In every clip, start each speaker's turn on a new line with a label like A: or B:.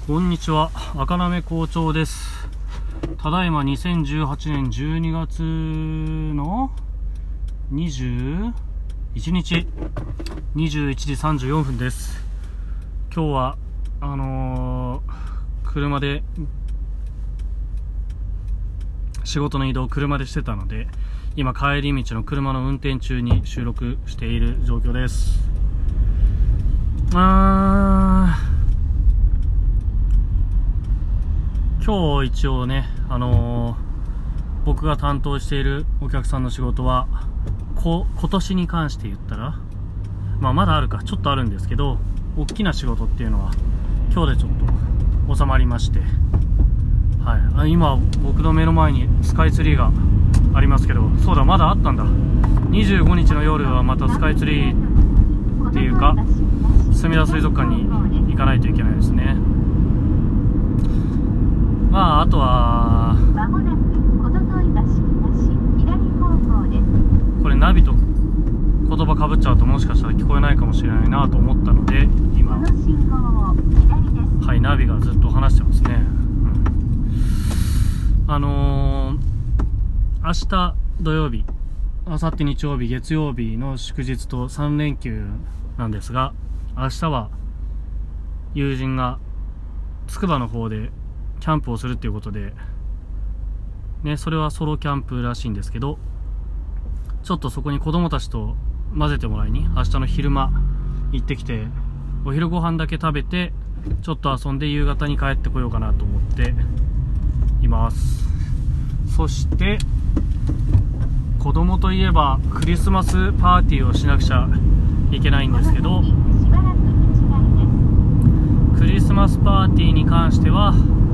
A: こんにちは、赤なめ校長です。ただいま2018年12月の21日21時34分です。今日は車で仕事の移動を車でしてたので、今帰り道の車の運転中に収録している状況です。今日一応ね、僕が担当しているお客さんの仕事は今年に関して言ったら、まだあるか、ちょっとあるんですけど、大きな仕事っていうのは今日でちょっと収まりまして、はい、今僕の目の前にスカイツリーがありますけど、そうだ、まだあったんだ。25日の夜はまたスカイツリーっていうかすみだ水族館に行かないといけないですね。あとはこれナビと言葉かぶっちゃうともしかしたら聞こえないかもしれないなと思ったので、今ナビがずっと話してますね。明日土曜日、明後日日曜日、月曜日の祝日と3連休なんですが、明日は友人がつくばの方でキャンプをするっていうことでね、それはソロキャンプらしいんですけど、ちょっとそこに子供たちと混ぜてもらいに明日の昼間行ってきて、お昼ご飯だけ食べてちょっと遊んで夕方に帰ってこようかなと思っています。そして子供といえばクリスマスパーティーをしなくちゃいけないんですけど、クリスマスパーティーに関しては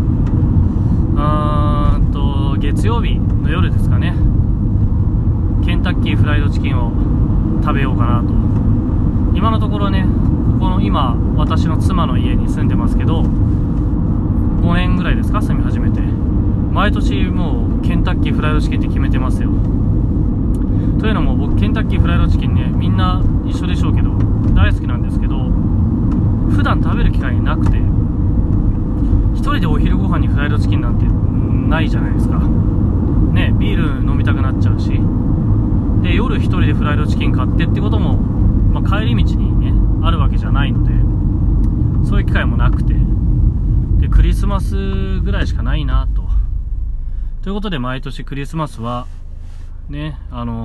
A: 月曜日の夜ですかね、ケンタッキーフライドチキンを食べようかなと。今のところね、ここの今私の妻の家に住んでますけど、5年ぐらいですか、住み始めて。毎年もうケンタッキーフライドチキンって決めてますよ。というのも僕ケンタッキーフライドチキンね、みんな一緒でしょうけど大好きなんですけど、普段食べる機会なくて、一人でお昼ご飯にフライドチキンなんてないじゃないですかね。ビール飲みたくなっちゃうし、で夜一人でフライドチキン買ってってことも、帰り道にねあるわけじゃないので、そういう機会もなくて、でクリスマスぐらいしかないなということで、毎年クリスマスはね、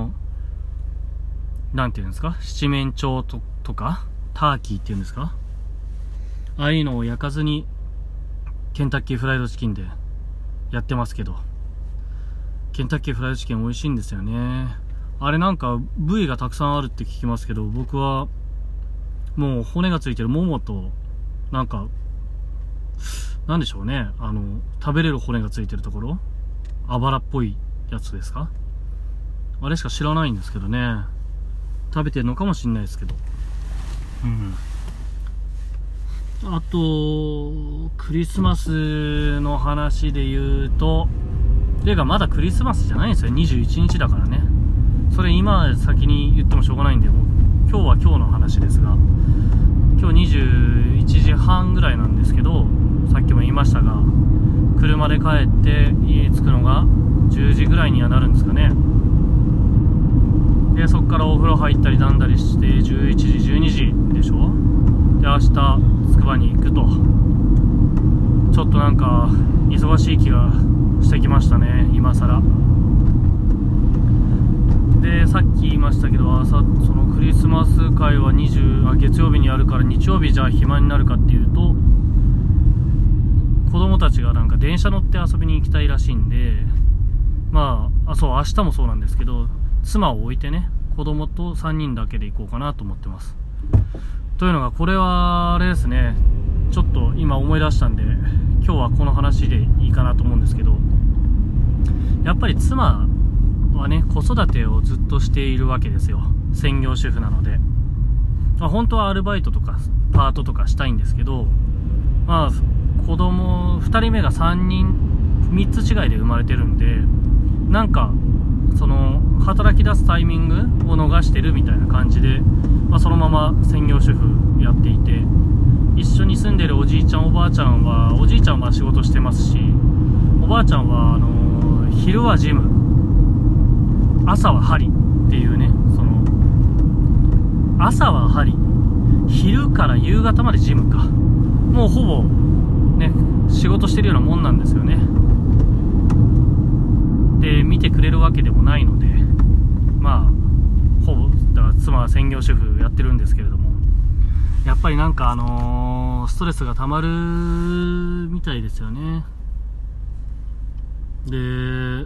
A: なんていうんですか、七面鳥とかターキーっていうんですか、ああいうのを焼かずにケンタッキーフライドチキンでやってますけど、ケンタッキーフライドチキン美味しいんですよね。あれなんか部位がたくさんあるって聞きますけど、僕はもう骨がついてるももと、なんかなんでしょうね、食べれる骨がついてるところ、あばらっぽいやつですか、あれしか知らないんですけどね。食べてるのかもしれないですけど、あとクリスマスの話で言うと、ていうかまだクリスマスじゃないんですよ、21日だからね。それ今先に言ってもしょうがないんで、もう今日は今日の話ですが、今日21時半ぐらいなんですけど、さっきも言いましたが、車で帰って家に着くのが10時ぐらいにはなるんですかね。でそっからお風呂入ったりなんだりして11時12時でしょ。で明日つくばに行くと、ちょっとなんか忙しい気がしてきましたね、今更。でさっき言いましたけど、そのクリスマス会は月曜日にあるから、日曜日じゃあ暇になるかっていうと、子供たちがなんか電車乗って遊びに行きたいらしいんで、そう明日もそうなんですけど、妻を置いてね、子供と3人だけで行こうかなと思ってます。というのが、これはあれですね、ちょっと今思い出したんで、今日はこの話でいいかなと思うんですけど、やっぱり妻はね、子育てをずっとしているわけですよ。専業主婦なので、本当はアルバイトとかパートとかしたいんですけど、子供2人目が3つ違いで生まれてるんで、なんかその働き出すタイミングを逃してるみたいな感じで、そのまま専業主婦やっていて、 一緒に住んでるおじいちゃんおばあちゃんは、おじいちゃんは仕事してますし、おばあちゃんは昼はジム、朝は針っていうね、朝は針、昼から夕方までジムか、もうほぼね仕事してるようなもんなんですよね。で見てくれるわけでもないので、まあほぼだから妻は専業主婦やってるんですけれども、やっぱりなんかストレスがたまるみたいですよね。で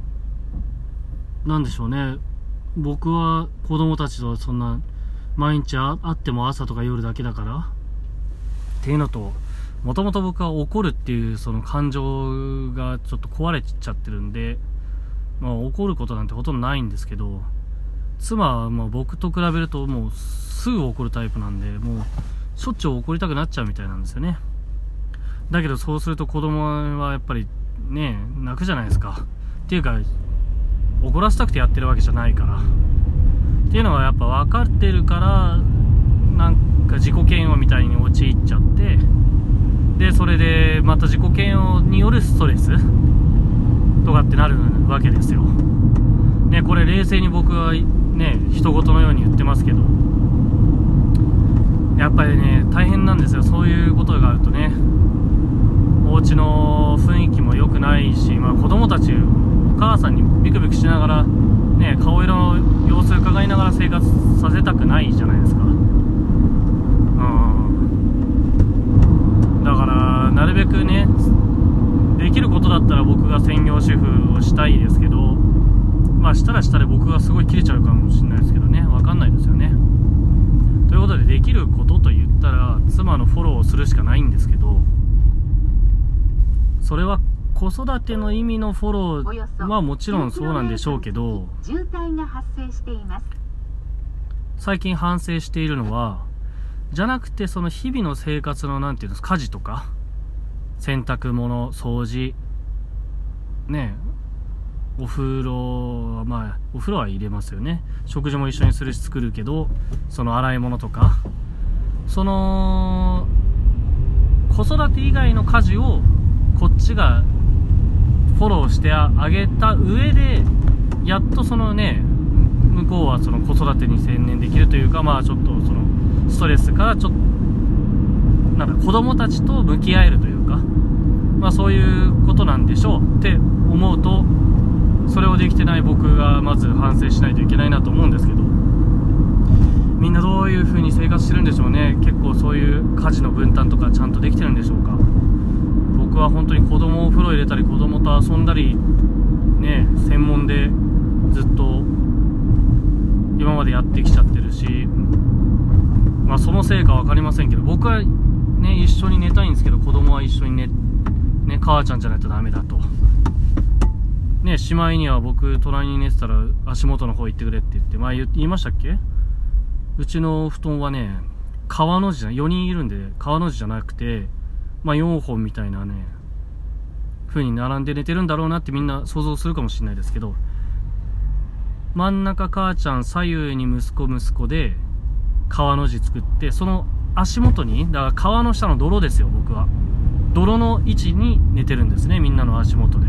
A: なんでしょうね、僕は子供たちとそんな毎日会っても朝とか夜だけだからっていうのと、もともと僕は怒るっていうその感情がちょっと壊れちゃってるんで、まあ怒ることなんてほとんどないんですけど、妻はまあ僕と比べるともうすぐ怒るタイプなんで、もうしょっちゅう怒りたくなっちゃうみたいなんですよね。だけどそうすると子供はやっぱりね泣くじゃないですか。っていうか怒らせたくてやってるわけじゃないからっていうのはやっぱ分かってるから、なんか自己嫌悪みたいに陥っちゃって、でそれでまた自己嫌悪によるストレスとかってなるわけですよね。これ冷静に僕はね人事のように言ってますけど、やっぱりね大変なんですよ。そういうことがあるとね、お家の雰囲気も良くないし、まあ、子供たちお母さんにビクビクしながらね、顔色の様子を伺いながら生活させたくないじゃないですか。だからなるべくねできることだったら僕が専業主婦をしたいですけど、まあしたらしたで僕がすごい切れちゃうかもしれないですけどね、わかんないですよね。ということで、できることと言ったら妻のフォローをするしかないんですけど、それは子育ての意味のフォローはもちろんそうなんでしょうけど、
B: 渋滞が発生しています。
A: 最近反省しているのは、じゃなくてその日々の生活のなんていうんですか、家事とか洗濯物、掃除ね、お風呂、まあお風呂は入れますよね。食事も一緒にするし作るけど、その洗い物とか、その子育て以外の家事をこっちがフォローしてあげた上で、やっとそのね向こうはその子育てに専念できるというか、まあちょっとそのストレスからちょっとなんか子供たちと向き合えるというか、まあそういうことなんでしょうって思うと、それをできてない僕がまず反省しないといけないなと思うんですけど、みんなどういう風に生活してるんでしょうね。結構そういう家事の分担とかちゃんとできてるんでしょうか。僕は本当に子供を風呂入れたり子供と遊んだりね、専門でずっと今までやってきちゃってるし、まあそのせいか分かりませんけど、僕はね一緒に寝たいんですけど、子供は一緒にね母ちゃんじゃないとダメだとね、しまいには僕隣に寝てたら足元の方行ってくれって言って、前言いましたっけ。うちの布団はね川の字じゃ4人いるんで川の字じゃなくて、まあ4本みたいなね風に並んで寝てるんだろうなってみんな想像するかもしれないですけど、真ん中母ちゃん、左右に息子で川の字作って、その足元にだから川の下の泥ですよ。僕は泥の位置に寝てるんですね、みんなの足元で。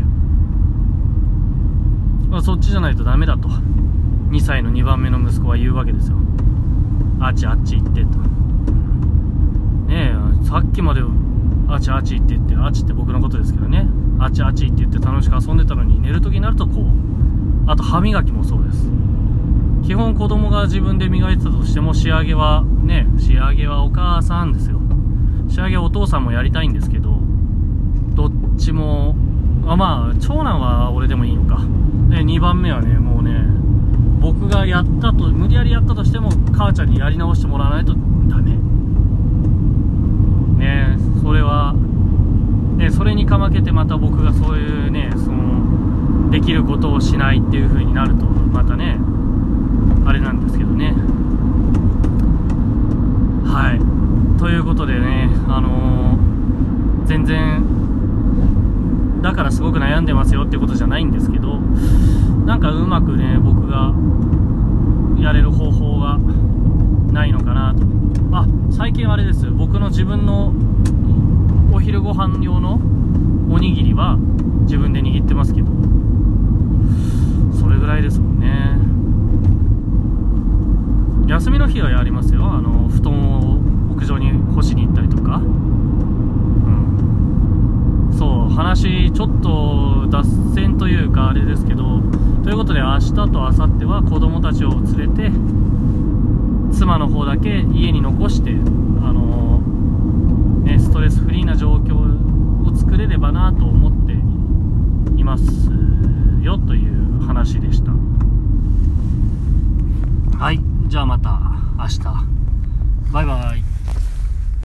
A: まあ、そっちじゃないとダメだと2歳の2番目の息子は言うわけですよ。あっち行ってとねえ、さっきまであっちって言って、あっちって僕のことですけどね、あっちって言って楽しく遊んでたのに、寝る時になるとこう、あと歯磨きもそうです。基本子供が自分で磨いてたとしても、仕上げはお母さんですよ。仕上げはお父さんもやりたいんですけど、どっちもまあ長男は俺でもいいのかで、2番目はねもうね僕が無理やりやったとしても母ちゃんにやり直してもらわないとダメね。それはね、それにかまけてまた僕がそういうね、そのできることをしないっていう風になるとまたねあれなんですけどね。はい、ということでね、全然だからすごく悩んでますよってことじゃないんですけど、なんかうまくね僕がやれる方法がないのかなと。 最近あれです、僕の自分のお昼ご飯用のおにぎりは自分で握ってますけど、それぐらいですもんね。休みの日はやりますよ。布団を屋上に干しに行ったりとか、そう、話ちょっと脱線というかあれですけど、ということで明日と明後日は子供たちを連れて妻の方だけ家に残して、ストレスフリーな状況を作れればなと思っていますよという話でした。はい、じゃあまた明日、バイバイ。